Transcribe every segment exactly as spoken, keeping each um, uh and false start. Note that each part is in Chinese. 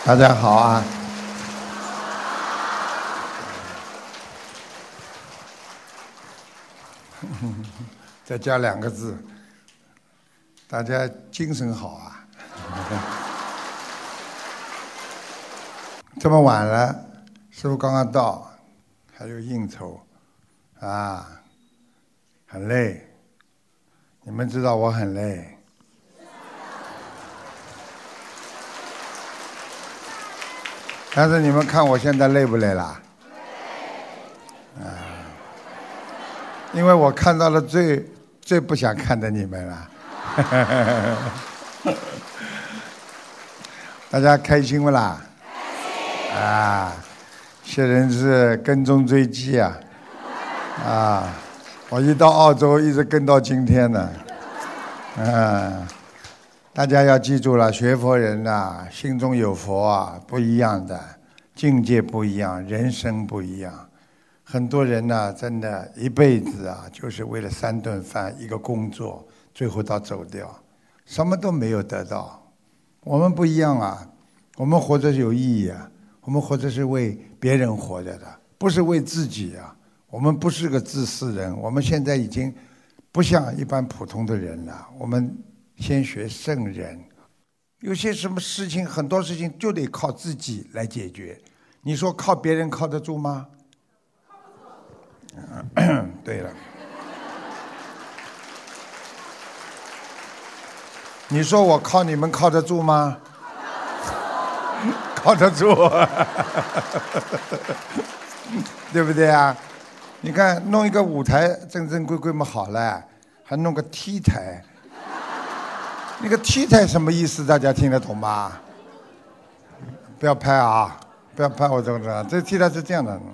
大家好啊！再加两个字，大家精神好啊！这么晚了，师父刚刚到，还有应酬，啊，很累。你们知道我很累。但是你们看我现在累不累啦？啊，因为我看到了最最不想看的你们了。大家开心不啦？啊，些人是跟踪追击啊！啊，我一到澳洲一直跟到今天呢。啊，大家要记住了，学佛人呐、啊，心中有佛啊，不一样的，境界不一样，人生不一样。很多人呢、啊，真的一辈子啊，就是为了三顿饭一个工作，最后到走掉，什么都没有得到。我们不一样啊，我们活着有意义啊，我们活着是为别人活着的，不是为自己啊。我们不是个自私人，我们现在已经不像一般普通的人了。我们先学圣人，有些什么事情，很多事情就得靠自己来解决。你说靠别人靠得住吗？嗯、对了，你说我靠你们靠得住吗？靠得住，对不对啊？你看弄一个舞台正正规规嘛好了，还弄个 T 台，那个 T 台什么意思？大家听得懂吗？不要拍啊！不要拍我这个，这 T 台是这样的。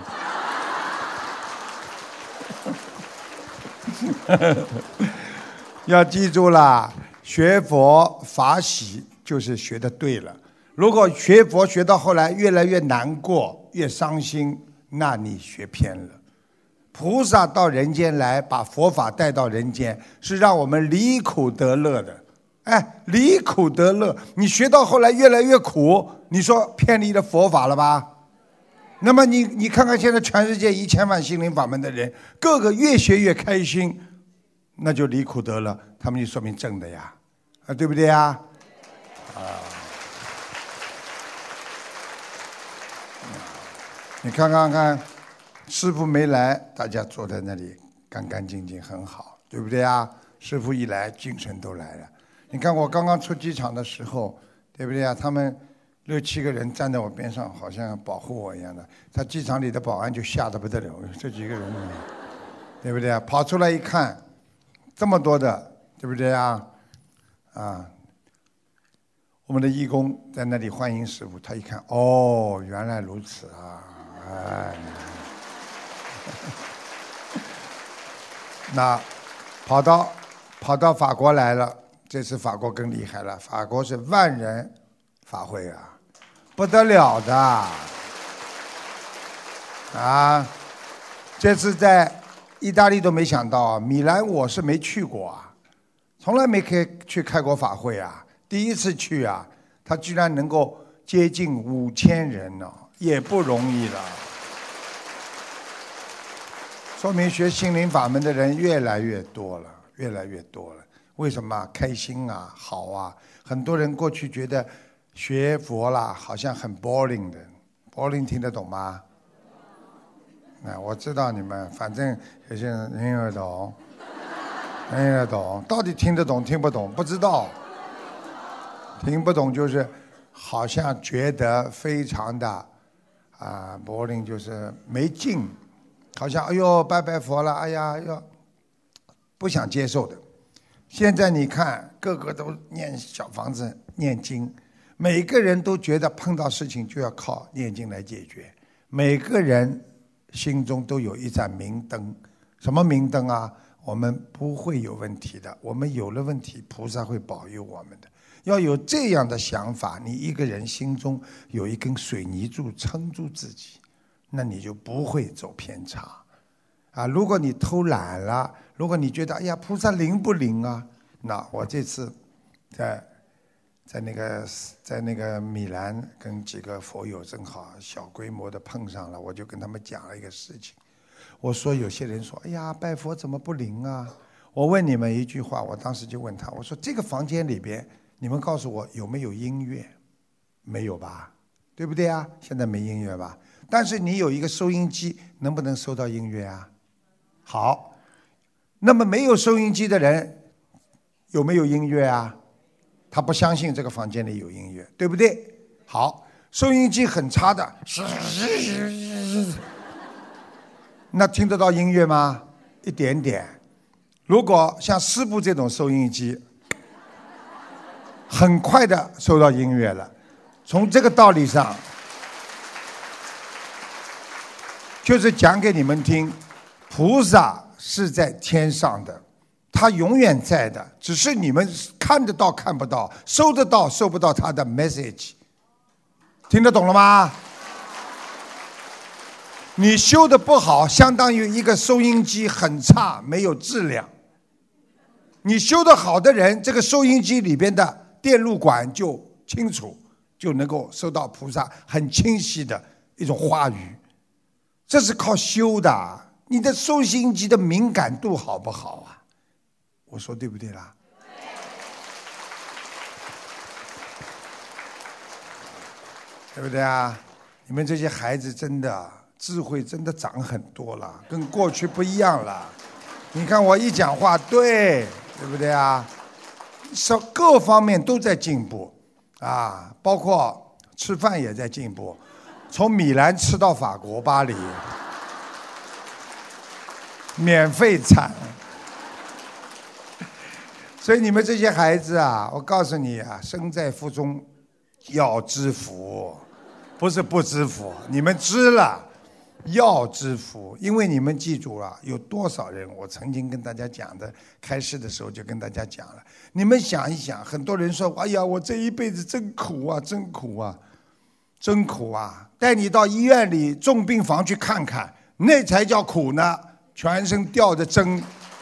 要记住了，学佛法喜就是学的对了。如果学佛学到后来越来越难过、越伤心，那你学偏了。菩萨到人间来，把佛法带到人间，是让我们离苦得乐的。哎，离苦得乐，你学到后来越来越苦，你说偏离了佛法了吧？那么你你看看现在全世界一千万心灵法门的人，个个越学越开心，那就离苦得乐，他们就说明正的呀，啊，对不对呀？啊，你看看看，师父没来，大家坐在那里干干净净，很好，对不对呀？师父一来，精神都来了。你看我刚刚出机场的时候，对不对呀？他们六七个人站在我边上，好像保护我一样的。他机场里的保安就吓得不得了，这几个人，对不对啊？跑出来一看，这么多的，对不对啊？啊，我们的义工在那里欢迎师父，他一看，哦，原来如此啊，哎，那跑到跑到法国来了，这次法国更厉害了，法国是万人法会啊。不得了的啊！这次在意大利都没想到，米兰我是没去过啊，从来没开去开过法会啊，第一次去啊，他居然能够接近五千人呢、哦，也不容易了。说明学心灵法门的人越来越多了，越来越多了。为什么？开心啊，好啊！很多人过去觉得学佛啦，好像很 boring 的 ，boring 听得懂吗？啊，我知道你们，反正有些人听得懂，听得懂，到底听得懂听不懂不知道，听不懂就是好像觉得非常的啊 boring， 就是没劲，好像哎呦拜拜佛了，哎呀要不想接受的。现在你看，个个都念小房子、念经，每个人都觉得碰到事情就要靠念经来解决。每个人心中都有一盏明灯，什么明灯啊？我们不会有问题的，我们有了问题，菩萨会保佑我们的。要有这样的想法，你一个人心中有一根水泥柱撑住自己，那你就不会走偏差。啊，如果你偷懒了，如果你觉得哎呀菩萨灵不灵啊？那我这次在在那个在那个米兰跟几个佛友正好小规模的碰上了，我就跟他们讲了一个事情。我说有些人说，哎呀，拜佛怎么不灵啊？我问你们一句话，我当时就问他，我说这个房间里边，你们告诉我有没有音乐？没有吧，对不对啊？现在没音乐吧？但是你有一个收音机，能不能收到音乐啊？好，那么没有收音机的人有没有音乐啊？他不相信这个房间里有音乐，对不对？好，收音机很差的，那听得到音乐吗？一点点。如果像师父这种收音机，很快的收到音乐了。从这个道理上，就是讲给你们听，菩萨是在天上的，他永远在的，只是你们看得到看不到，收得到收不到他的 message。 听得懂了吗？你修得不好，相当于一个收音机很差，没有质量。你修得好的人，这个收音机里边的电路管就清楚，就能够收到菩萨很清晰的一种话语。这是靠修的，你的收音机的敏感度好不好啊？我说对不对啦？对不对啊？你们这些孩子真的智慧真的长很多了，跟过去不一样了。你看我一讲话，对，对不对啊？各方面都在进步啊，包括吃饭也在进步，从米兰吃到法国巴黎，免费餐。所以你们这些孩子啊，我告诉你啊，身在福中要知福，不是不知福，你们知了要知福。因为你们记住了，有多少人，我曾经跟大家讲的，开示的时候就跟大家讲了，你们想一想，很多人说，哎呀，我这一辈子真苦啊，真苦啊，真苦啊，带你到医院里重病房去看看，那才叫苦呢，全身吊着针。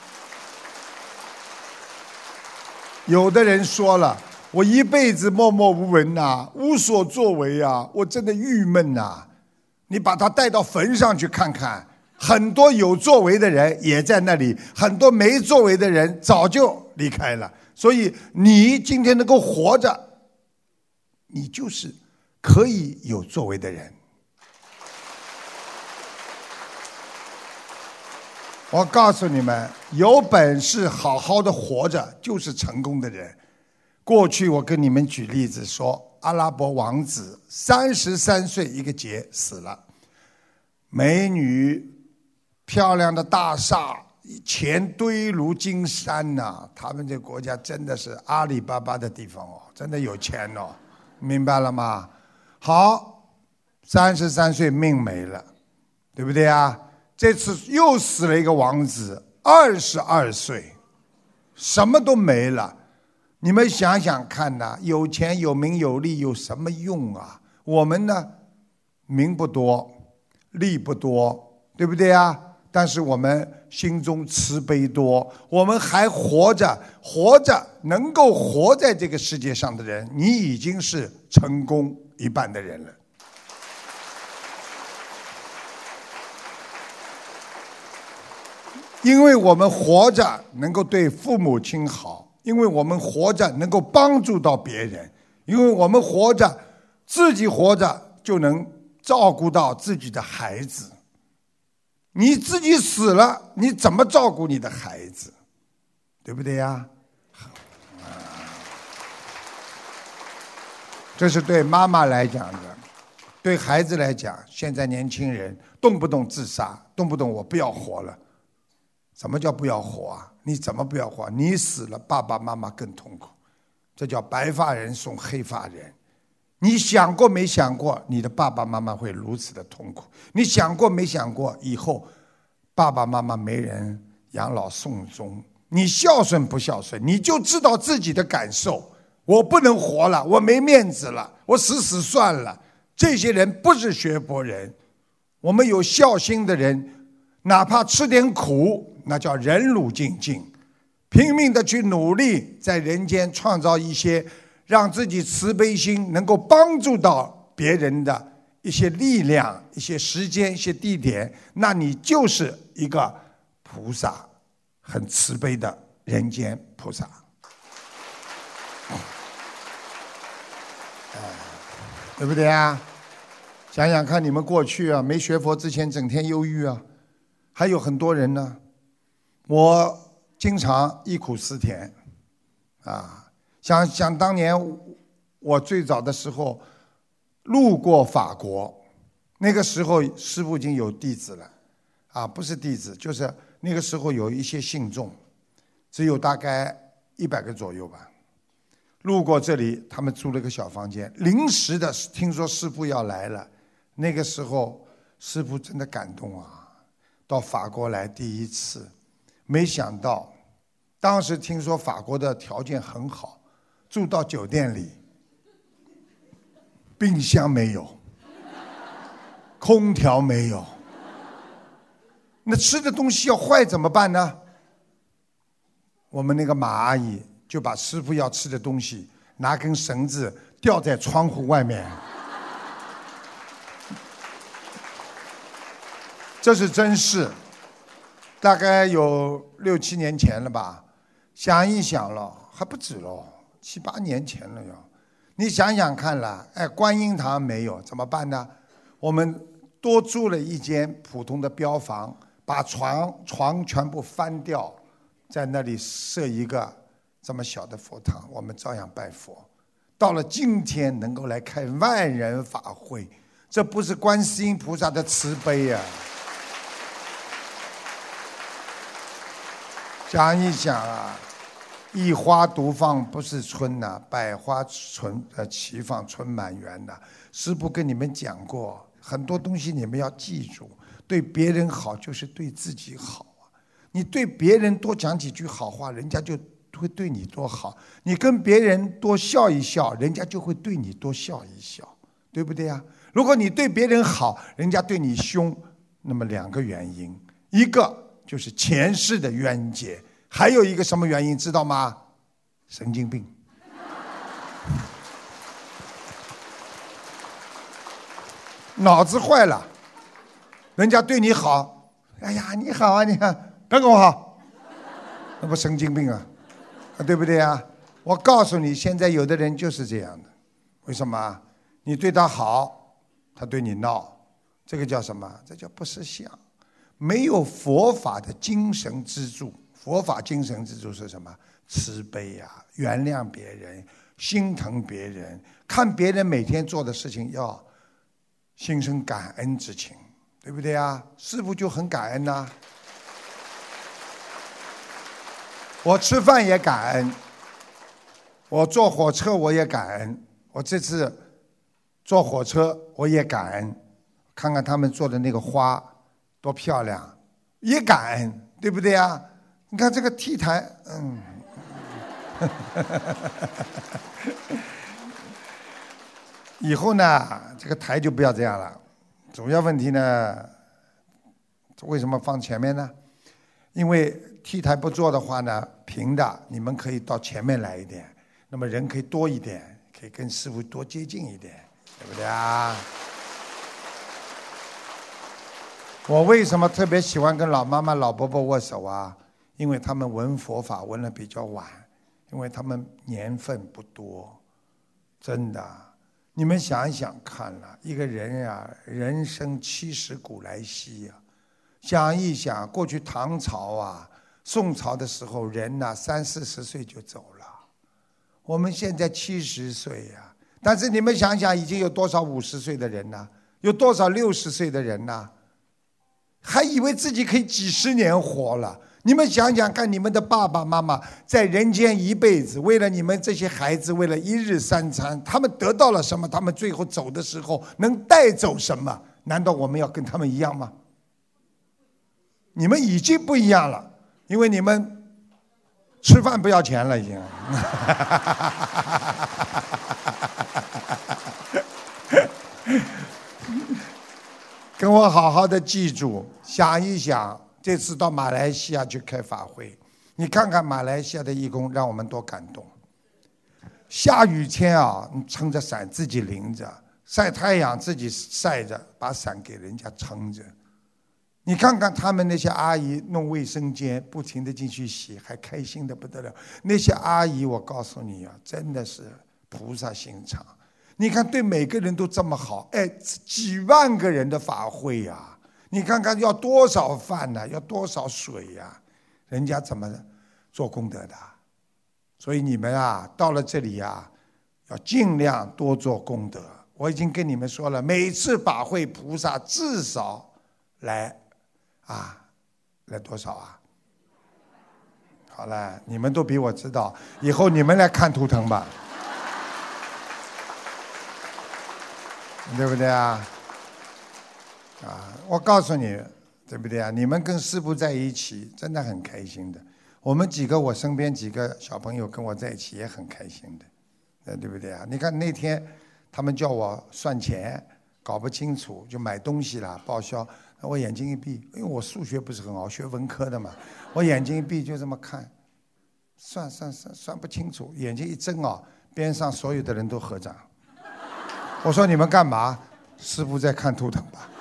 有的人说了，我一辈子默默无闻呐，无所作为啊，我真的郁闷呐。你把他带到坟上去看看，很多有作为的人也在那里，很多没作为的人早就离开了。所以你今天能够活着，你就是可以有作为的人。我告诉你们，有本事好好的活着就是成功的人。过去我跟你们举例子说，阿拉伯王子三十三岁一个节死了，美女漂亮的大厦钱堆如金山呐、啊，他们这国家真的是阿里巴巴的地方哦，真的有钱哦，明白了吗？好，三十三岁命没了，对不对啊？这次又死了一个王子，二十二岁，什么都没了。你们想想看呐，有钱有名有利有什么用啊？我们呢，名不多，利不多，对不对啊？但是我们心中慈悲多，我们还活着，活着能够活在这个世界上的人，你已经是成功一半的人了。因为我们活着能够对父母亲好，因为我们活着能够帮助到别人，因为我们活着，自己活着就能照顾到自己的孩子。你自己死了，你怎么照顾你的孩子？对不对呀？这是对妈妈来讲的，对孩子来讲，现在年轻人动不动自杀，动不动我不要活了。什么叫不要活啊？你怎么不要活？你死了，爸爸妈妈更痛苦。这叫白发人送黑发人。你想过没想过，你的爸爸妈妈会如此的痛苦？你想过没想过，以后爸爸妈妈没人养老送终？你孝顺不孝顺？你就知道自己的感受。我不能活了，我没面子了，我死死算了。这些人不是学佛人。我们有孝心的人，哪怕吃点苦，那叫忍辱精进，拼命的去努力，在人间创造一些让自己慈悲心能够帮助到别人的一些力量、一些时间、一些地点，那你就是一个菩萨，很慈悲的人间菩萨。对不对啊？想想看，你们过去啊，没学佛之前，整天忧郁啊，还有很多人呢。我经常忆苦思甜，啊，想想当年我最早的时候路过法国，那个时候师父已经有弟子了，啊，不是弟子，就是那个时候有一些信众，只有大概一百个左右吧。路过这里，他们租了个小房间，临时的听说师父要来了。那个时候，师父真的感动啊！到法国来第一次，没想到，当时听说法国的条件很好，住到酒店里，冰箱没有，空调没有，那吃的东西要坏怎么办呢？我们那个马阿姨就把师父要吃的东西拿根绳子吊在窗户外面，这是真事，大概有六七年前了吧，想一想了，还不止了，七八年前了哟。你想想看了，哎，观音堂没有怎么办呢？我们多租了一间普通的标房，把床床全部翻掉，在那里设一个这么小的佛堂，我们照样拜佛。到了今天能够来开万人法会，这不是观世音菩萨的慈悲啊！想一想啊，一花独放不是春呐、啊，百花春呃齐放春满园呐、啊。师父跟你们讲过，很多东西你们要记住，对别人好就是对自己好啊。你对别人多讲几句好话，人家就会对你多好；你跟别人多笑一笑，人家就会对你多笑一笑，对不对啊？如果你对别人好，人家对你凶，那么两个原因，一个就是前世的冤结，还有一个什么原因知道吗？神经病。脑子坏了，人家对你好，哎呀你好啊，你看别跟我好，那不神经病啊，对不对啊？我告诉你，现在有的人就是这样的，为什么？你对他好，他对你闹，这个叫什么？这叫不识相。没有佛法的精神支柱，佛法精神支柱是什么？慈悲啊，原谅别人，心疼别人，看别人每天做的事情要心生感恩之情，对不对啊？师父就很感恩呐、啊。我吃饭也感恩，我坐火车我也感恩，我这次坐火车我也感恩，看看他们做的那个花多漂亮，也感恩，对不对啊？你看这个 T 台，嗯，以后呢，这个台就不要这样了。主要问题呢，为什么放前面呢？因为 T 台不做的话呢，平的，你们可以到前面来一点，那么人可以多一点，可以跟师父多接近一点，对不对啊？我为什么特别喜欢跟老妈妈、老伯伯握手啊？因为他们闻佛法闻得比较晚，因为他们年份不多，真的。你们想一想看了，一个人啊，人生七十古来稀啊，想一想，过去唐朝啊、宋朝的时候，人呐、啊、三四十岁就走了，我们现在七十岁呀、啊，但是你们想想，已经有多少五十岁的人呢？有多少六十岁的人呢？还以为自己可以几十年活了。你们想想看，你们的爸爸妈妈在人间一辈子，为了你们这些孩子，为了一日三餐，他们得到了什么？他们最后走的时候能带走什么？难道我们要跟他们一样吗？你们已经不一样了，因为你们吃饭不要钱了，已经。跟我好好的记住，想一想，这次到马来西亚去开法会，你看看马来西亚的义工，让我们多感动。 下雨天啊，撑着伞自己淋着，晒太阳自己晒着，把伞给人家撑着。你看看他们那些阿姨弄卫生间，不停的进去洗，还开心的不得了。那些阿姨，我告诉你啊，真的是菩萨心肠。你看对每个人都这么好，哎，几万个人的法会呀、啊，你看看要多少饭呢、啊？要多少水呀、啊？人家怎么做功德的？所以你们啊，到了这里啊，要尽量多做功德。我已经跟你们说了，每次法会菩萨至少来啊，来多少啊？好了，你们都比我知道，以后你们来看图腾吧。对不对啊？啊，我告诉你，对不对啊？你们跟师父在一起，真的很开心的。我们几个，我身边几个小朋友跟我在一起也很开心的，呃，对不对啊？你看那天他们叫我算钱，搞不清楚就买东西了，报销，我眼睛一闭，因为我数学不是很好，学文科的嘛，我眼睛一闭就这么看，算算算算不清楚，眼睛一睁啊，边上所有的人都合掌。我说你们干嘛？师父在看图腾吧。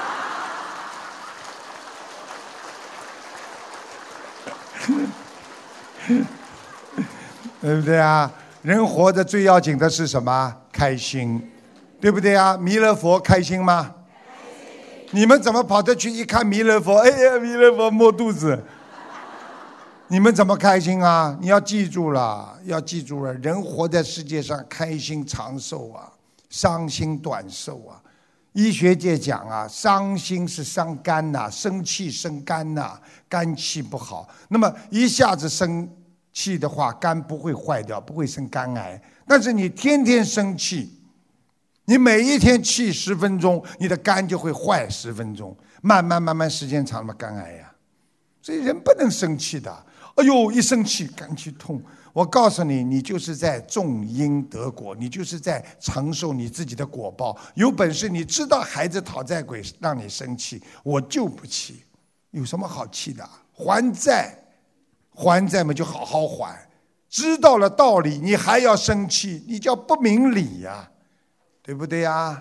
对不对啊？人活着最要紧的是什么？开心，对不对啊？弥勒佛开心吗？你们怎么跑得去一看弥勒佛？哎呀，弥勒佛摸肚子，你们怎么开心啊？你要记住了，要记住了，人活在世界上，开心长寿啊。伤心短寿啊！医学界讲啊，伤心是伤肝呐、啊，生气生肝呐、啊，肝气不好。那么一下子生气的话，肝不会坏掉，不会生肝癌。但是你天天生气，你每一天气十分钟，你的肝就会坏十分钟，慢慢慢慢时间长了，肝癌呀。所以人不能生气的。哎呦，一生气肝气痛。我告诉你，你就是在种因得果，你就是在承受你自己的果报。有本事你知道孩子讨债鬼让你生气，我就不气，有什么好气的？还债，还债嘛就好好还。知道了道理，你还要生气，你叫不明理呀、啊，对不对呀、啊？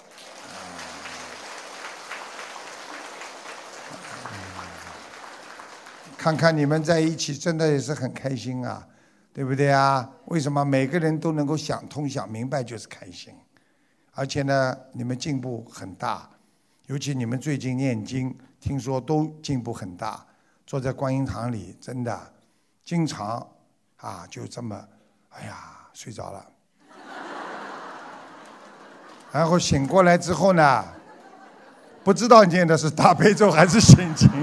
看看你们在一起，真的也是很开心啊。对不对啊？为什么每个人都能够想通想明白就是开心？而且呢，你们进步很大，尤其你们最近念经，听说都进步很大。坐在观音堂里，真的经常啊就这么，哎呀睡着了，然后醒过来之后呢，不知道念的是大悲咒还是心经。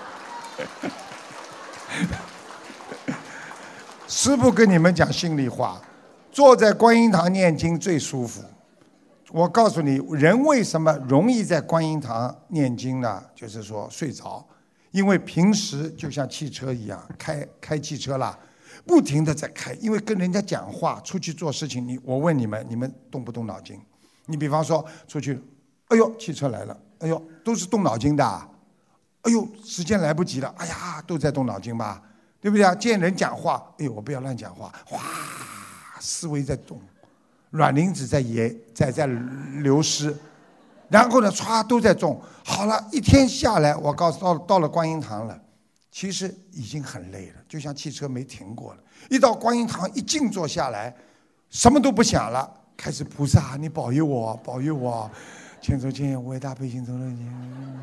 师父跟你们讲心里话，坐在观音堂念经最舒服。我告诉你，人为什么容易在观音堂念经呢？就是说睡着，因为平时就像汽车一样，开开汽车啦，不停的在开，因为跟人家讲话，出去做事情，你我问你们，你们动不动脑筋？你比方说出去，哎呦，汽车来了，哎呦，都是动脑筋的，哎呦，时间来不及了，哎呀，都在动脑筋吧。对不对啊？见人讲话，哎呦，我不要乱讲话，哗，思维在动，卵磷脂在也在在流失，然后呢，歘都在动。好了，一天下来，我告诉到到了观音堂了，其实已经很累了，就像汽车没停过了。一到观音堂，一静坐下来，什么都不想了，开始菩萨，你保佑我，保佑我，千手千眼无碍大悲心中的你。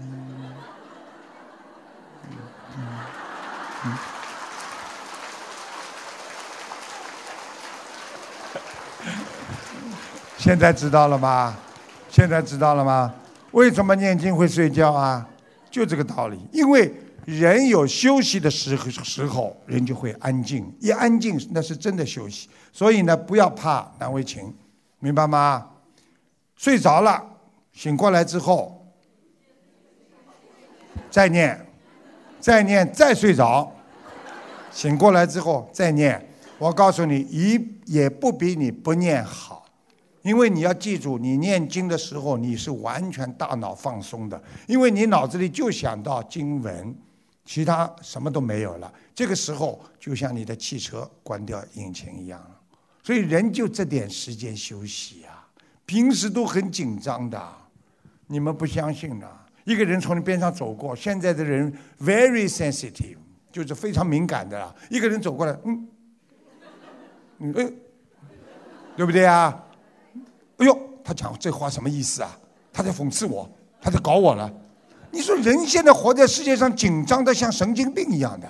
嗯嗯嗯现在知道了吗？现在知道了吗？为什么念经会睡觉啊？就这个道理。因为人有休息的时时候，人就会安静。一安静，那是真的休息。所以呢，不要怕难为情，明白吗？睡着了，醒过来之后，再念，再念，再睡着，醒过来之后再念。我告诉你，一也不比你不念好。因为你要记住，你念经的时候，你是完全大脑放松的，因为你脑子里就想到经文，其他什么都没有了。这个时候就像你的汽车关掉引擎一样，所所以人就这点时间休息啊，平时都很紧张的，你们不相信的。一个人从你边上走过，现在的人 very sensitive， 就是非常敏感的啦。一个人走过来，嗯，嗯，哎，对不对啊？哎呦，他讲这话什么意思啊？他在讽刺我，他在搞我了。你说人现在活在世界上，紧张的像神经病一样的，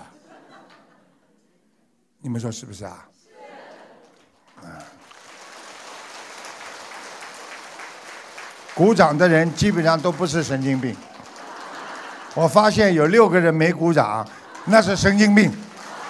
你们说是不是啊？鼓掌的人基本上都不是神经病。我发现有六个人没鼓掌，那是神经病。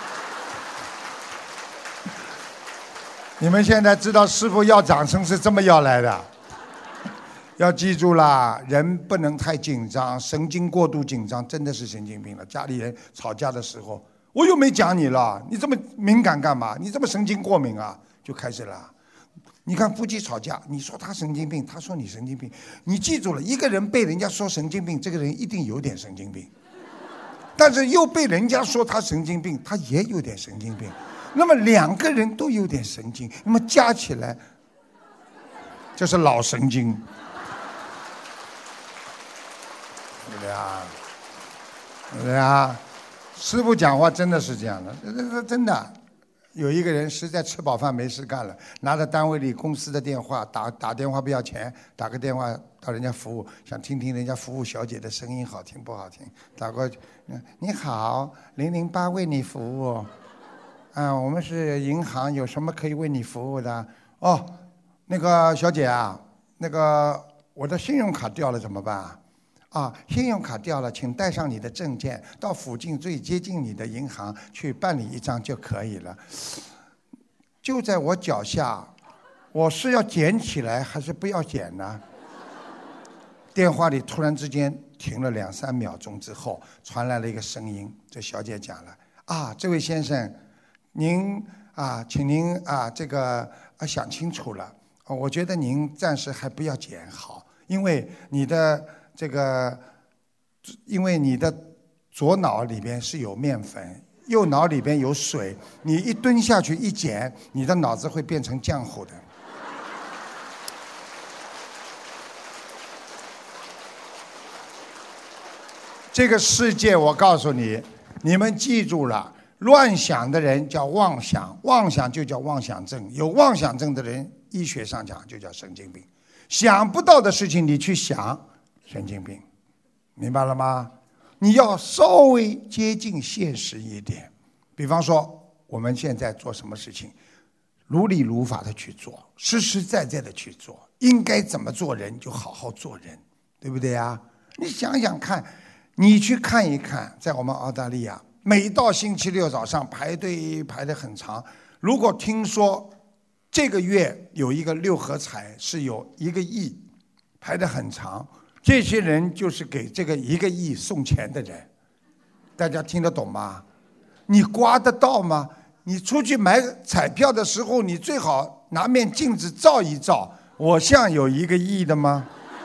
你们现在知道师父要掌声是这么要来的。要记住啦，人不能太紧张，神经过度紧张真的是神经病了。家里人吵架的时候，我又没讲你了，你这么敏感干嘛？你这么神经过敏啊？就开始了。你看夫妻吵架，你说他神经病，他说你神经病，你记住了，一个人被人家说神经病，这个人一定有点神经病，但是又被人家说他神经病，他也有点神经病，那么两个人都有点神经，那么加起来就是老神经，对不对啊？对不对啊？师父讲话真的是这样的，这这真的。有一个人实在吃饱饭没事干了，拿着单位里公司的电话打打电话不要钱，打个电话到人家服务，想听听人家服务小姐的声音好听不好听，打过去，你好，零零八为你服务，啊，我们是银行，有什么可以为你服务的？哦，那个小姐啊，那个我的信用卡掉了怎么办啊？啊，信用卡掉了，请带上你的证件，到附近最接近你的银行去办理一张就可以了。就在我脚下，我是要捡起来还是不要捡呢？电话里突然之间停了两三秒钟之后，传来了一个声音，这小姐讲了：啊，这位先生，您啊，请您啊，这个啊想清楚了，我觉得您暂时还不要捡好，因为你的。这个，因为你的左脑里边是有面粉，右脑里边有水，你一蹲下去一捡，你的脑子会变成浆糊的。这个世界，我告诉你，你们记住了，乱想的人叫妄想，妄想就叫妄想症，有妄想症的人，医学上讲就叫神经病。想不到的事情你去想。神经病，明白了吗？你要稍微接近现实一点。比方说，我们现在做什么事情，如理如法的去做，实实在在的去做，应该怎么做人就好好做人，对不对啊？你想想看，你去看一看，在我们澳大利亚，每到星期六早上排队排得很长。如果听说这个月有一个六合彩是有一个亿，排得很长。这些人就是给这个一个亿送钱的人，大家听得懂吗？你刮得到吗？你出去买彩票的时候，你最好拿面镜子照一照，我像有一个亿的吗？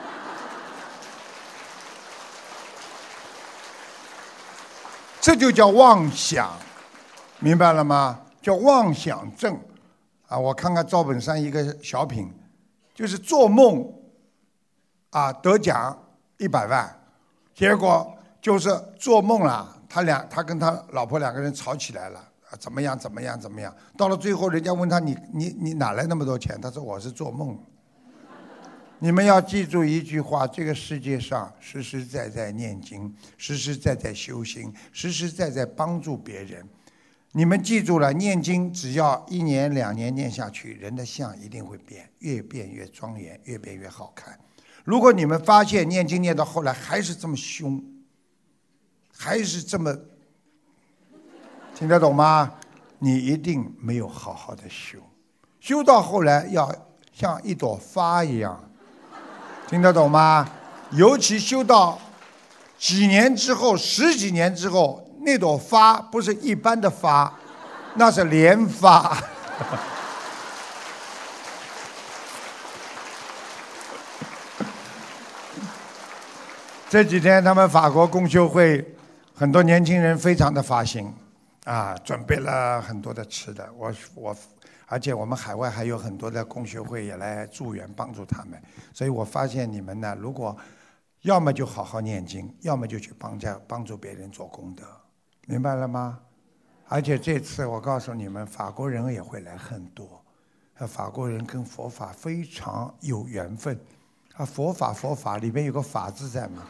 这就叫妄想，明白了吗？叫妄想症啊！我看看赵本山一个小品，就是做梦。啊，得奖一百万，结果就是做梦了。他俩，他跟他老婆两个人吵起来了，啊，怎么样，怎么样，怎么样？到了最后，人家问他，你你你哪来那么多钱？他说我是做梦。你们要记住一句话：这个世界上实实在在念经，实实在在修行，实实在在帮助别人。你们记住了，念经只要一年两年念下去，人的相一定会变，越变越庄严，越变越好看。如果你们发现念经念到后来还是这么凶，还是这么，听得懂吗？你一定没有好好的修，修到后来要像一朵花一样，听得懂吗？尤其修到几年之后，十几年之后，那朵花不是一般的花，那是莲花。这几天他们法国共修会，很多年轻人非常的发心，啊，准备了很多的吃的。我我而且我们海外还有很多的共学会也来助援帮助他们，所以我发现你们呢，如果要么就好好念经，要么就去帮家帮助别人做功德，明白了吗？而且这次我告诉你们，法国人也会来很多，法国人跟佛法非常有缘分，啊，佛法佛法里面有个法字在嘛。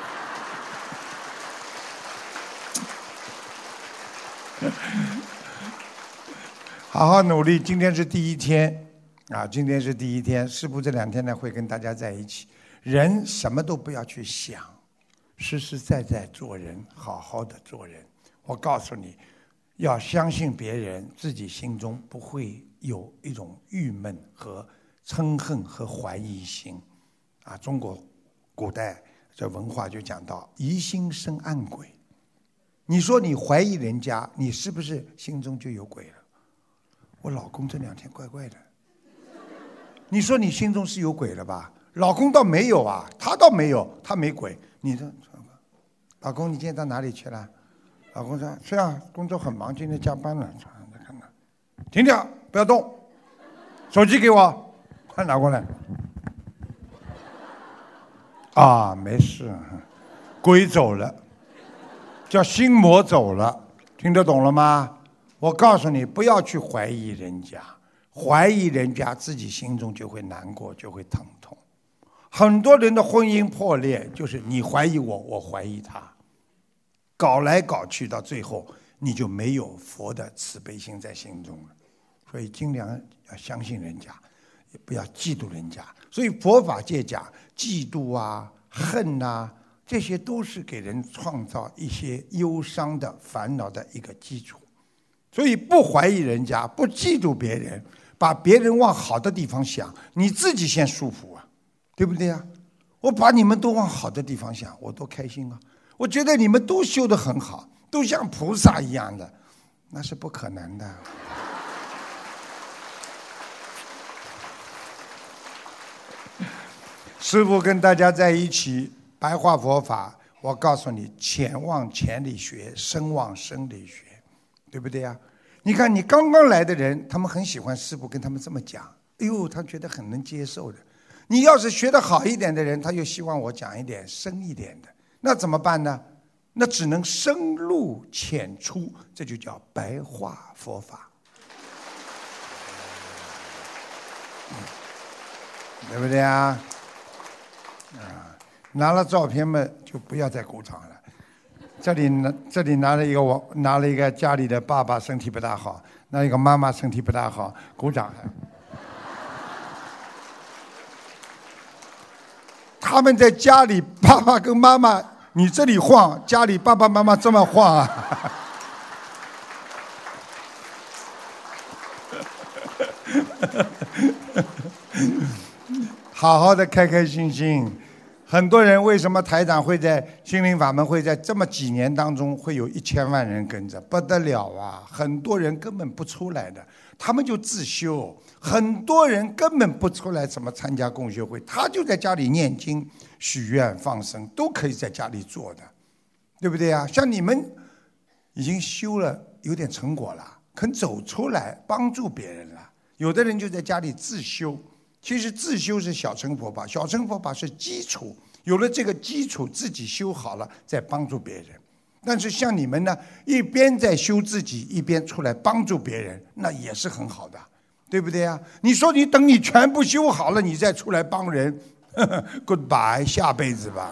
好好努力，今天是第一天啊！今天是第一天，师父这两天呢会跟大家在一起。人什么都不要去想，实实在在做人，好好的做人。我告诉你，要相信别人，自己心中不会有一种郁闷和嗔恨和怀疑心。啊，中国古代这文化就讲到疑心生暗鬼。你说你怀疑人家，你是不是心中就有鬼了？我老公这两天怪怪的。你说你心中是有鬼了吧？老公倒没有啊，他倒没有，他没鬼。你说，老公，你今天到哪里去了？老公说：是啊，工作很忙，今天加班了。看看，停停，不要动，手机给我，快拿过来。啊，没事，鬼走了，叫心魔走了，听得懂了吗？我告诉你，不要去怀疑人家，怀疑人家自己心中就会难过，就会疼痛。很多人的婚姻破裂，就是你怀疑我，我怀疑他，搞来搞去，到最后你就没有佛的慈悲心在心中了。所以尽量要相信人家，也不要嫉妒人家。所以佛法界讲，嫉妒啊、恨啊，这些都是给人创造一些忧伤的烦恼的一个基础。所以不怀疑人家，不嫉妒别人，把别人往好的地方想，你自己先舒服啊，对不对啊？我把你们都往好的地方想，我多开心啊！我觉得你们都修得很好，都像菩萨一样的，那是不可能的。师父跟大家在一起白话佛法，我告诉你，钱往钱里学，身往身里学，对不对呀？你看你刚刚来的人，他们很喜欢师父跟他们这么讲，哎呦，他觉得很能接受的。你要是学得好一点的人，他就希望我讲一点深一点的，那怎么办呢？那只能深入浅出，这就叫白话佛法，对不对啊？啊，拿了照片嘛，就不要再鼓掌了。这里拿这里拿了一个我拿了一个家里的爸爸身体不大好，那一个妈妈身体不大好，鼓掌。他们在家里，爸爸跟妈妈，你这里晃，家里爸爸妈妈这么晃啊。好好的，开开心心。很多人为什么台长会在心灵法门会在这么几年当中会有一千万人跟着，不得了啊！很多人根本不出来的，他们就自修。很多人根本不出来怎么参加共学会，他就在家里念经、许愿、放生，都可以在家里做的，对不对啊？像你们已经修了有点成果了，肯走出来帮助别人了。有的人就在家里自修。其实自修是小乘佛法，小乘佛法是基础，有了这个基础，自己修好了，再帮助别人。但是像你们呢，一边在修自己，一边出来帮助别人，那也是很好的，对不对啊？你说你等你全部修好了，你再出来帮人，呵呵 ，goodbye， 下辈子吧。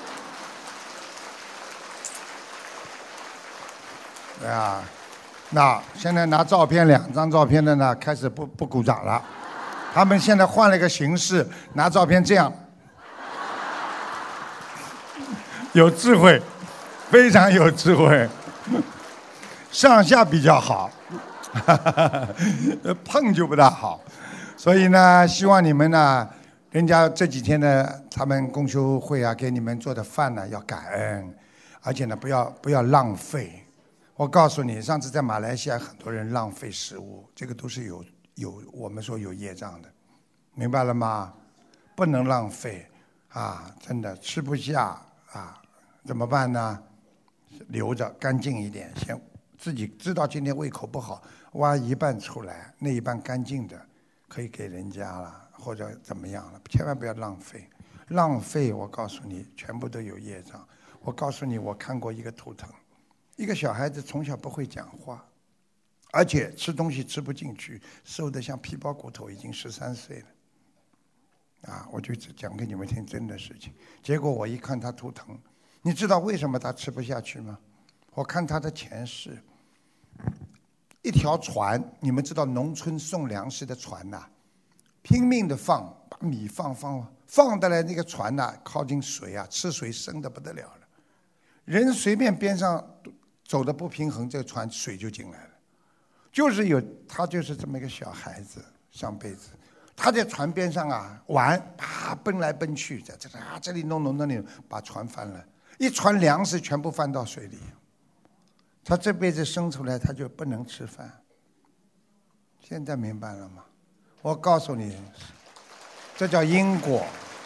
对啊，那现在拿照片两张照片的呢，开始不不鼓掌了。他们现在换了一个形式，拿照片这样，有智慧，非常有智慧，上下比较好，碰就不大好。所以呢，希望你们呢，人家这几天呢，他们共修会啊，给你们做的饭呢，要感恩，而且呢，不要不要浪费。我告诉你，上次在马来西亚，很多人浪费食物，这个都是有。有我们说有业障的，明白了吗？不能浪费啊！真的吃不下啊，怎么办呢？留着干净一点，先自己知道今天胃口不好，挖一半出来，那一半干净的可以给人家了，或者怎么样了，千万不要浪费。浪费，我告诉你，全部都有业障。我告诉你，我看过一个图腾，一个小孩子从小不会讲话，而且吃东西吃不进去，瘦得像皮包骨头，已经十三岁了。啊，我就讲给你们听真的事情。结果我一看他图腾，你知道为什么他吃不下去吗？我看他的前世，一条船，你们知道农村送粮食的船呐、啊，拼命的放，把米放放放的来，那个船呐、啊，靠近水啊，吃水深的不得了了，人随便边上走的不平衡，这个船水就进来了。就是有他就是这么一个小孩子，上辈子他在船边上啊玩，啪奔来奔去，在这啊这里弄弄那里，把船翻了，一船粮食全部翻到水里。他这辈子生出来他就不能吃饭。现在明白了吗？我告诉你，这叫因果，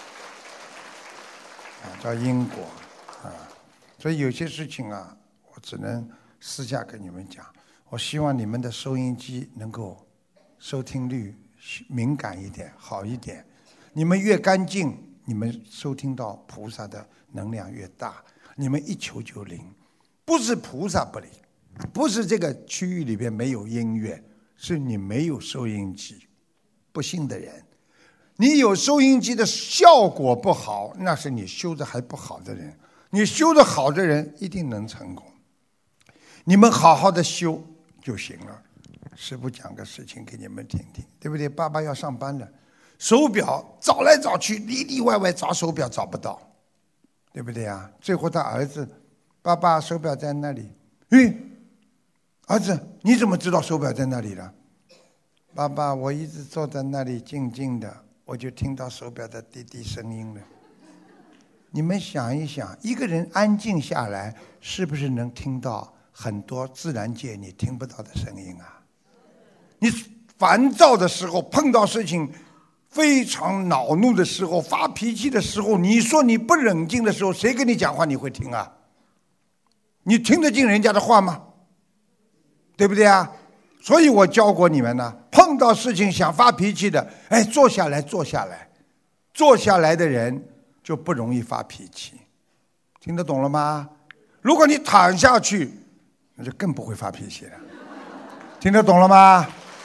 啊，叫因果啊。所以有些事情啊，我只能私下跟你们讲。我希望你们的收音机能够收听率敏感一点，好一点。你们越干净，你们收听到菩萨的能量越大，你们一求就灵。不是菩萨不灵，不是这个区域里边没有音乐，是你没有收音机。不信的人，你有收音机的效果不好，那是你修的还不好的人。你修的好的人一定能成功。你们好好的修就行了。师父讲个事情给你们听听，对不对？爸爸要上班了，手表找来找去，里里外外找手表找不到，对不对啊？最后他儿子，爸爸手表在那里。诶，儿子，你怎么知道手表在那里了？爸爸，我一直坐在那里静静的，我就听到手表的滴滴声音了。你们想一想，一个人安静下来，是不是能听到很多自然界你听不到的声音啊？你烦躁的时候，碰到事情非常恼怒的时候，发脾气的时候，你说你不冷静的时候，谁跟你讲话你会听啊？你听得进人家的话吗？对不对啊？所以我教过你们呢，碰到事情想发脾气的，哎，坐下来，坐下来，坐下来的人就不容易发脾气，听得懂了吗？如果你躺下去，那就更不会发脾气了，听得懂了吗？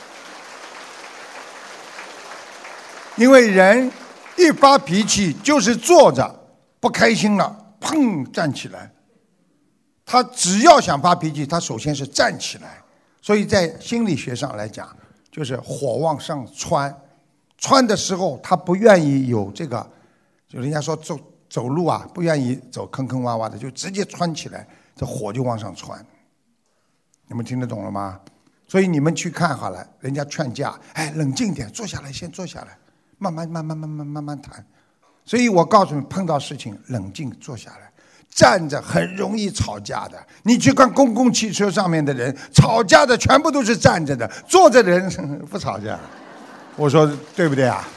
因为人一发脾气就是坐着不开心了，砰站起来。他只要想发脾气，他首先是站起来。所以在心理学上来讲，就是火往上窜，窜的时候他不愿意有这个，就人家说走走路啊，不愿意走坑坑洼洼的，就直接窜起来，这火就往上窜。你们听得懂了吗？所以你们去看好了，人家劝架，哎，冷静点，坐下来，先坐下来，慢慢慢慢慢慢慢慢谈。所以我告诉你，碰到事情冷静坐下来。站着很容易吵架的，你去看公共汽车上面的人，吵架的全部都是站着的，坐着的人不吵架。我说对不对啊？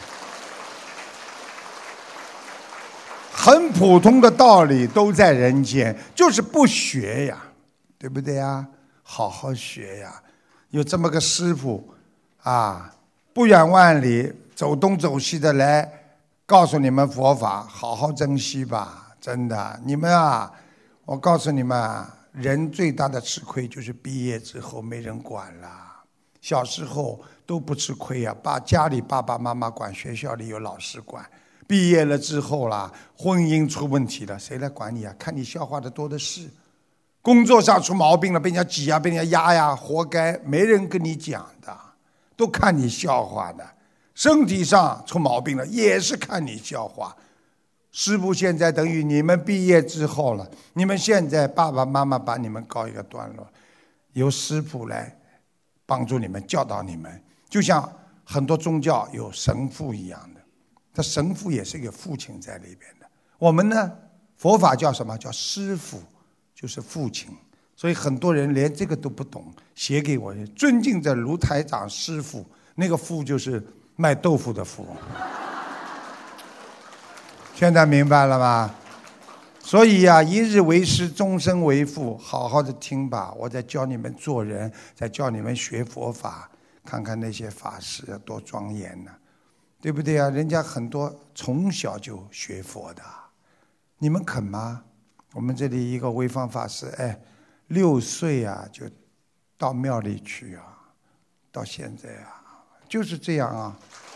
很普通的道理都在人间，就是不学呀，对不对呀？好好学呀！有这么个师傅啊，不远万里走东走西的来告诉你们佛法，好好珍惜吧。真的，你们啊，我告诉你们，人最大的吃亏就是毕业之后没人管了。小时候都不吃亏啊，爸家里爸爸妈妈管，学校里有老师管。毕业了之后啦，婚姻出问题了，谁来管你啊？看你笑话的多的是。工作上出毛病了，被人家挤啊，被人家压呀，活该，没人跟你讲的，都看你笑话的。身体上出毛病了，也是看你笑话。师父现在等于你们毕业之后了，你们现在爸爸妈妈把你们告一个段落，由师父来帮助你们，教导你们，就像很多宗教有神父一样的，他神父也是一个父亲在里边的。我们呢，佛法叫什么？叫师父，就是父亲。所以很多人连这个都不懂，写给我尊敬着卢台长师父，那个父就是卖豆腐的父。现在明白了吗？ 所以呀、啊，一日为师，终身为父，好好的听吧。我在教你们做人，在教你们学佛法，看看那些法师多庄严呢、啊，对不对啊？人家很多从小就学佛的，你们肯吗？我们这里一个潍坊法师，哎，六岁啊就到庙里去啊，到现在啊就是这样啊。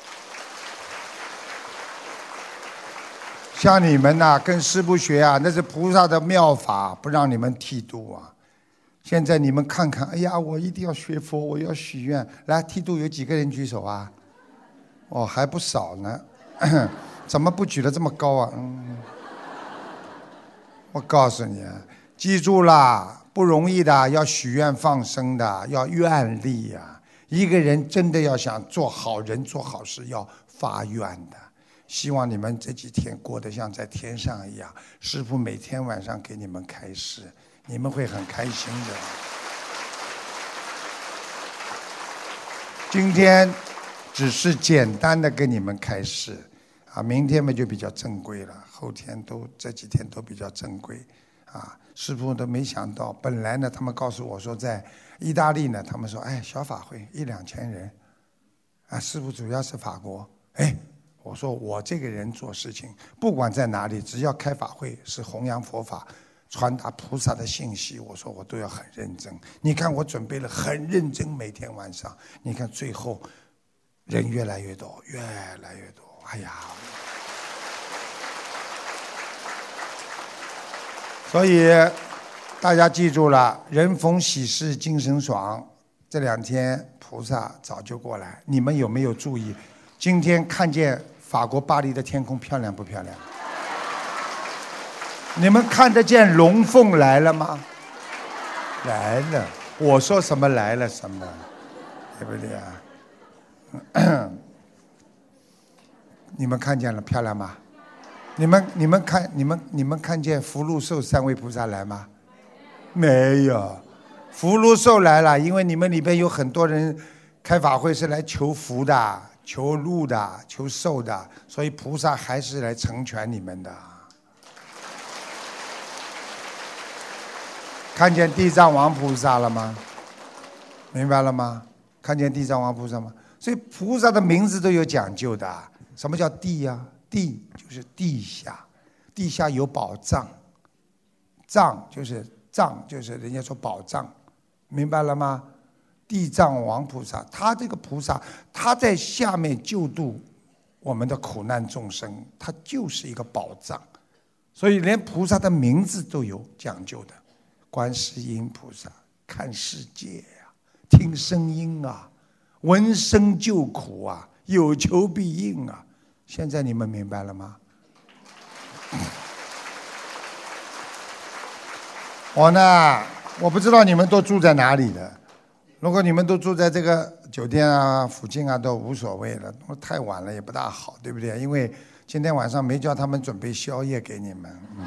像你们呐、啊，跟师父学啊，那是菩萨的妙法，不让你们剃度啊。现在你们看看，哎呀，我一定要学佛，我要许愿。来，剃度有几个人举手啊？哦，还不少呢。怎么不举得这么高啊？嗯，我告诉你，记住啦，不容易的，要许愿放生的，要愿力呀、啊。一个人真的要想做好人、做好事，要发愿的。希望你们这几天过得像在天上一样，师父每天晚上给你们开示，你们会很开心的。今天只是简单的跟你们开示，啊，明天嘛就比较正规了，后天都这几天都比较正规，啊，师父都没想到，本来呢他们告诉我说在意大利呢，他们说哎小法会一两千人，啊，师父主要是法国，哎。我说我这个人做事情，不管在哪里，只要开法会是弘扬佛法、传达菩萨的信息，我说我都要很认真。你看我准备了很认真，每天晚上，你看最后人越来越多，越来越多。哎呀，所以大家记住了，人逢喜事精神爽。这两天菩萨早就过来，你们有没有注意？今天看见法国巴黎的天空漂亮不漂亮？你们看得见龙凤来了吗？来了，我说什么来了什么，对不对啊？你们看见了漂亮吗？你们你们看你们你们看见福禄寿三位菩萨来吗？没有，福禄寿来了，因为你们里边有很多人开法会是来求福的。求禄的，求寿的，所以菩萨还是来成全你们的。看见地藏王菩萨了吗？明白了吗？看见地藏王菩萨吗？所以菩萨的名字都有讲究的。什么叫地呀、啊？地就是地下，地下有宝藏，藏就是藏，就是人家说宝藏，明白了吗？地藏王菩萨，他这个菩萨，他在下面救度我们的苦难众生，他就是一个宝藏，所以连菩萨的名字都有讲究的。观世音菩萨看世界呀、啊，听声音啊，闻声救苦啊，有求必应啊。现在你们明白了吗？我呢，我不知道你们都住在哪里的。如果你们都住在这个酒店啊附近啊，都无所谓了，太晚了也不大好，对不对？因为今天晚上没叫他们准备宵夜给你们。嗯、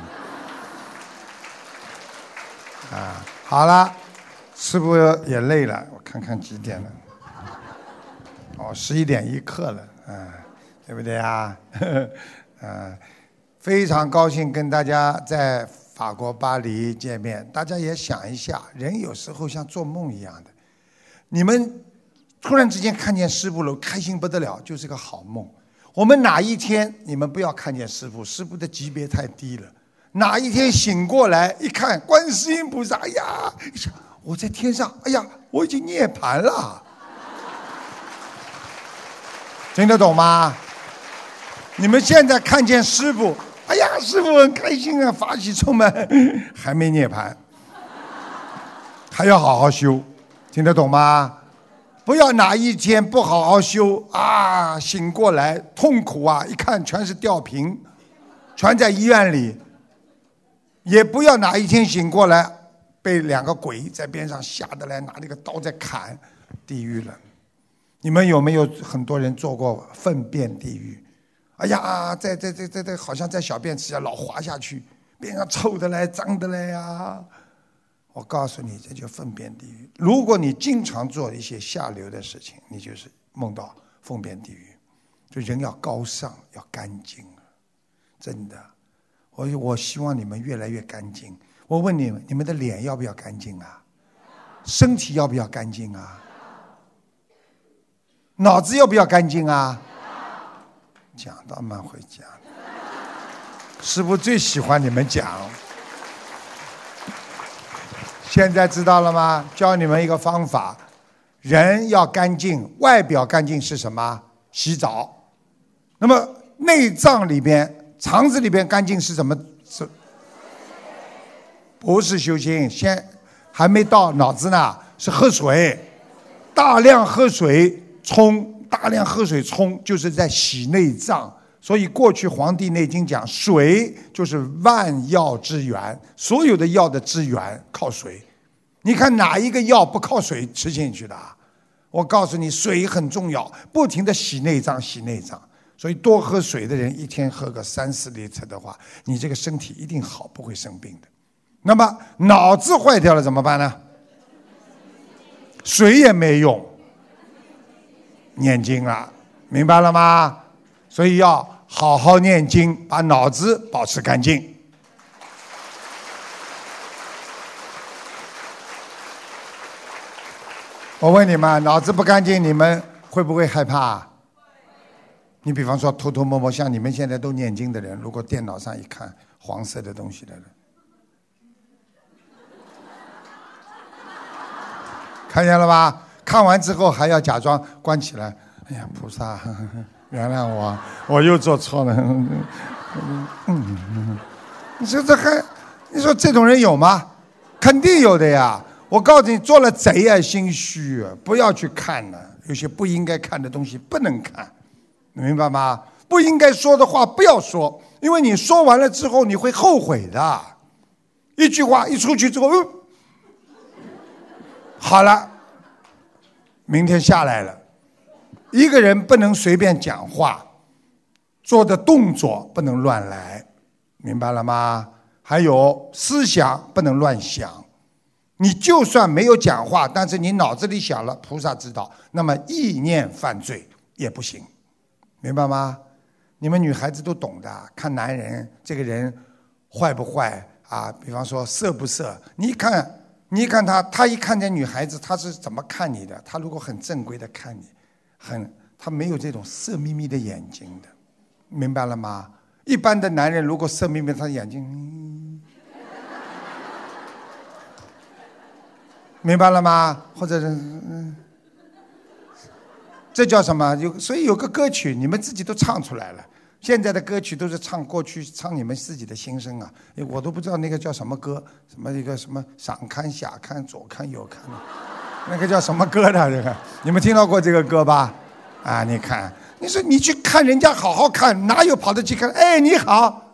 啊，好了，师父也累了，我看看几点了。哦，十一点一刻了，啊，对不对啊？啊，非常高兴跟大家在法国巴黎见面。大家也想一下，人有时候像做梦一样的。你们突然之间看见师父了，开心不得了，就是个好梦。我们哪一天你们不要看见师父，师父的级别太低了。哪一天醒过来一看，观世音菩萨，哎呀，我在天上，哎呀，我已经涅槃了。听得懂吗？你们现在看见师父，哎呀，师父很开心啊，法喜充满，还没涅槃，还要好好修。听得懂吗？不要哪一天不好好修啊，醒过来痛苦啊，一看全是吊瓶，全在医院里。也不要哪一天醒过来被两个鬼在边上吓得来拿那个刀在砍，地狱了。你们有没有很多人做过粪便地狱？哎呀，在在在在在，好像在小便池啊老滑下去，边上臭的来脏的来呀。我告诉你，这就粪便地狱。如果你经常做一些下流的事情，你就是梦到粪便地狱。就人要高尚，要干净，真的。 我我希望你们越来越干净。我问你们，你们的脸要不要干净啊？身体要不要干净啊？脑子要不要干净啊？讲到蛮会讲的，师父最喜欢你们讲。现在知道了吗？教你们一个方法，人要干净，外表干净是什么？洗澡。那么内脏里边、肠子里边干净是什么？是不是修心？先还没到脑子呢，是喝水，大量喝水冲，大量喝水冲，就是在洗内脏。所以过去《黄帝内经》讲，水就是万药之源，所有的药的之源靠水。你看哪一个药不靠水吃进去的？我告诉你，水很重要，不停的洗内脏，洗内脏。所以多喝水的人，一天喝个三四厘次的话，你这个身体一定好，不会生病的。那么脑子坏掉了怎么办呢？水也没用，念经了，明白了吗？所以要好好念经，把脑子保持干净。我问你们，脑子不干净，你们会不会害怕？你比方说偷偷摸摸，像你们现在都念经的人，如果电脑上一看黄色的东西的人，看见了吧？看完之后还要假装关起来。哎呀，菩萨，呵呵原谅我，我又做错了。嗯嗯嗯，你说这还，你说这种人有吗？肯定有的呀。我告诉你，做了贼啊，心虚啊，不要去看了。有些不应该看的东西不能看，明白吗？不应该说的话不要说，因为你说完了之后你会后悔的。一句话一出去之后，嗯，好了，明天下来了。一个人不能随便讲话，做的动作不能乱来，明白了吗？还有思想不能乱想。你就算没有讲话，但是你脑子里想了，菩萨知道，那么意念犯罪也不行，明白吗？你们女孩子都懂的，看男人这个人坏不坏啊？比方说色不色，你一看，你一看他，他一看见女孩子，他是怎么看你的？他如果很正规的看你，很他没有这种色眯眯的眼睛的，明白了吗？一般的男人如果色眯眯，他的眼睛。嗯明白了吗？或者是，嗯，这叫什么？有，所以有个歌曲，你们自己都唱出来了。现在的歌曲都是唱过去，唱你们自己的心声啊！我都不知道那个叫什么歌，什么一个什么上看下看左看右看，那个叫什么歌的？这个你们听到过这个歌吧？啊，你看，你说你去看人家好好看，哪有跑得去看？哎，你好，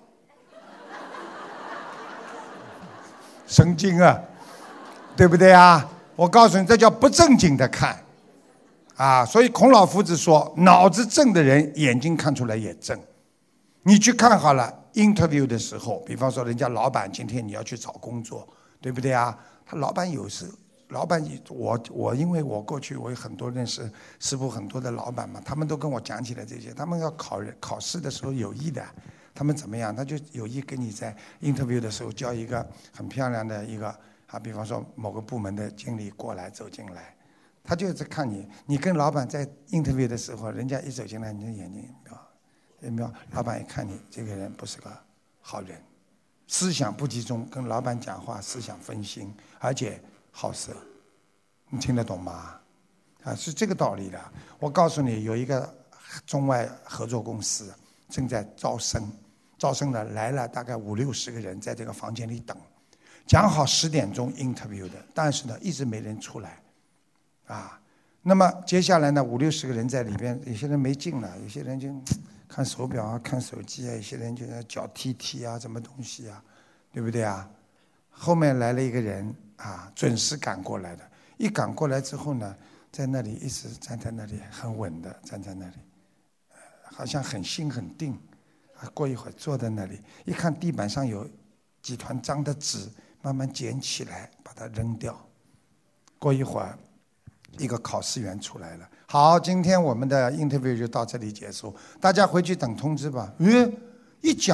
神经啊！对不对啊？我告诉你，这叫不正经的看，啊！所以孔老夫子说，脑子正的人，眼睛看出来也正。你去看好了 ，interview 的时候，比方说人家老板今天你要去找工作，对不对啊？他老板有时，老板我我因为我过去我有很多认识师父很多的老板嘛，他们都跟我讲起了这些，他们要考人考试的时候有意的，他们怎么样？他就有意跟你在 interview 的时候交一个很漂亮的一个。啊，比方说某个部门的经理过来走进来，他就在看你。你跟老板在 interview 的时候，人家一走进来，你的眼睛有没有？老板一看你这个人不是个好人，思想不集中，跟老板讲话思想分心，而且好色，你听得懂吗？啊，是这个道理的。我告诉你，有一个中外合作公司正在招生，招生呢来了大概五六十个人在这个房间里等。讲好十点钟 interview 的，但是呢，一直没人出来，啊，那么接下来呢，五六十个人在里边，有些人没进了，有些人就看手表啊，看手机啊，有些人就在脚踢踢啊，什么东西啊，对不对啊？后面来了一个人啊，准时赶过来的，一赶过来之后呢，在那里一直站在那里，很稳的站在那里，好像很心很定，啊，过一会儿坐在那里，一看地板上有几团脏的纸。慢慢捡起来，把它扔掉。过一会儿，一个考试员出来了。好，今天我们的 interview 就到这里结束，大家回去等通知吧。嗯，一讲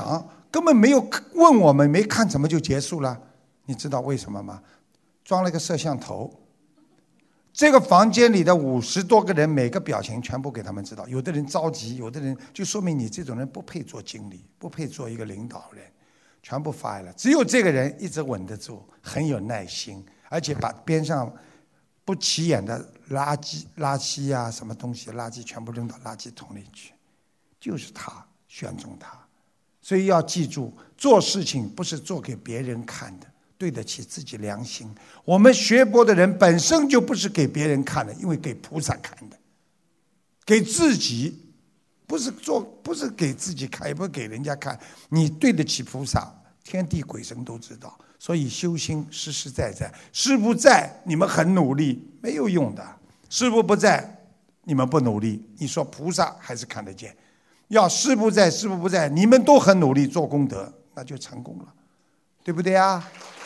根本没有问我们，没看怎么就结束了？你知道为什么吗？装了个摄像头，这个房间里的五十多个人，每个表情全部给他们知道。有的人着急，有的人就说明你这种人不配做经理，不配做一个领导人，全部发了。只有这个人一直稳得住，很有耐心，而且把边上不起眼的垃圾、垃圾啊，什么东西，垃圾全部扔到垃圾桶里去，就是他选中他。所以要记住，做事情不是做给别人看的，对得起自己良心。我们学佛的人本身就不是给别人看的，因为给菩萨看的，给自己不是做，不是给自己看，也不是给人家看。你对得起菩萨，天地鬼神都知道。所以修心实实在在，师父在，你们很努力没有用的；师父不在，你们不努力，你说菩萨还是看得见。要师父在，师父不在，你们都很努力做功德，那就成功了，对不对啊？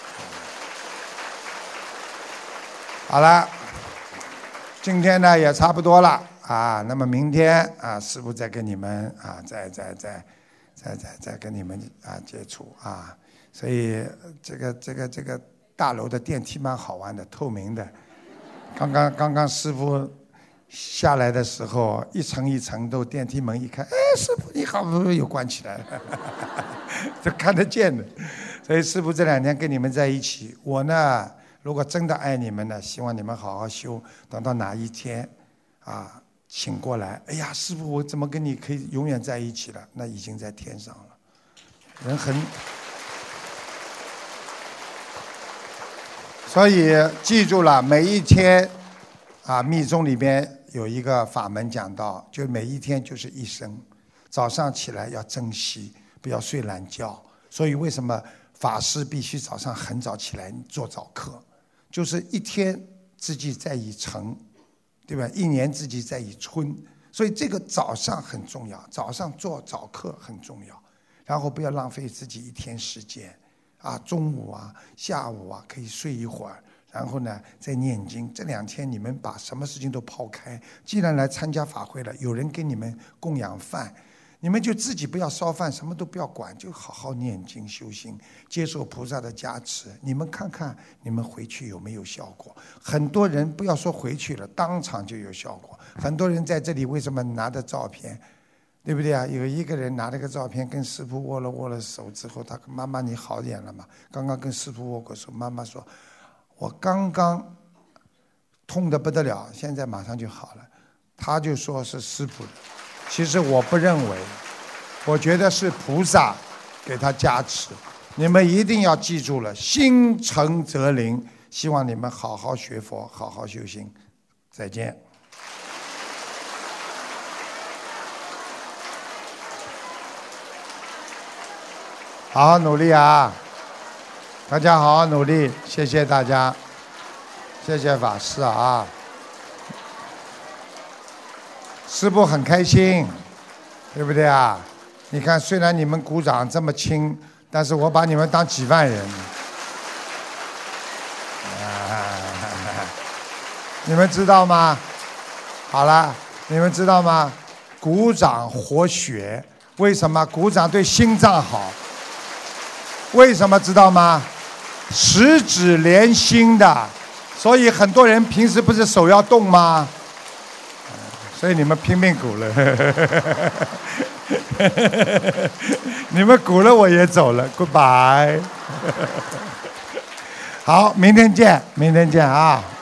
好了，今天呢也差不多了啊。那么明天啊，师父再跟你们啊，再再再再再再跟你们啊接触啊。所以这个这个这个大楼的电梯蛮好玩的，透明的。刚刚刚刚师父下来的时候，一层一层都电梯门一开，哎，师父你好，又关起来了，这看得见的。所以师父这两天跟你们在一起，我呢，如果真的爱你们呢，希望你们好好修，等到哪一天啊醒过来，哎呀，师父我怎么跟你可以永远在一起了？那已经在天上了，人很。所以记住了，每一天啊，密宗里边有一个法门讲到，就每一天就是一生，早上起来要珍惜，不要睡懒觉。所以为什么法师必须早上很早起来做早课？就是一天之计在于晨，对吧？一年之计在于春。所以这个早上很重要，早上做早课很重要，然后不要浪费自己一天时间。啊，中午啊，下午啊，可以睡一会儿，然后呢，再念经。这两天你们把什么事情都抛开，既然来参加法会了，有人给你们供养饭，你们就自己不要烧饭，什么都不要管，就好好念经修心，接受菩萨的加持。你们看看，你们回去有没有效果？很多人不要说回去了，当场就有效果。很多人在这里为什么拿着照片？对不对啊？有一个人拿了个照片，跟师父握了握了手之后，他妈妈你好点了吗？刚刚跟师父握过手，妈妈说，我刚刚痛得不得了，现在马上就好了。他就说是师父的，其实我不认为，我觉得是菩萨给他加持。你们一定要记住了，心诚则灵。希望你们好好学佛，好好修行。再见。好好努力啊！大家好好努力，谢谢大家，谢谢法师啊！师父很开心，对不对啊？你看，虽然你们鼓掌这么轻，但是我把你们当几万人。你们知道吗？好了，你们知道吗？鼓掌活血，为什么？鼓掌对心脏好。为什么知道吗？十指连心的，所以很多人平时不是手要动吗？所以你们拼命鼓了，你们鼓了我也走了 ，Goodbye。好，明天见，明天见啊。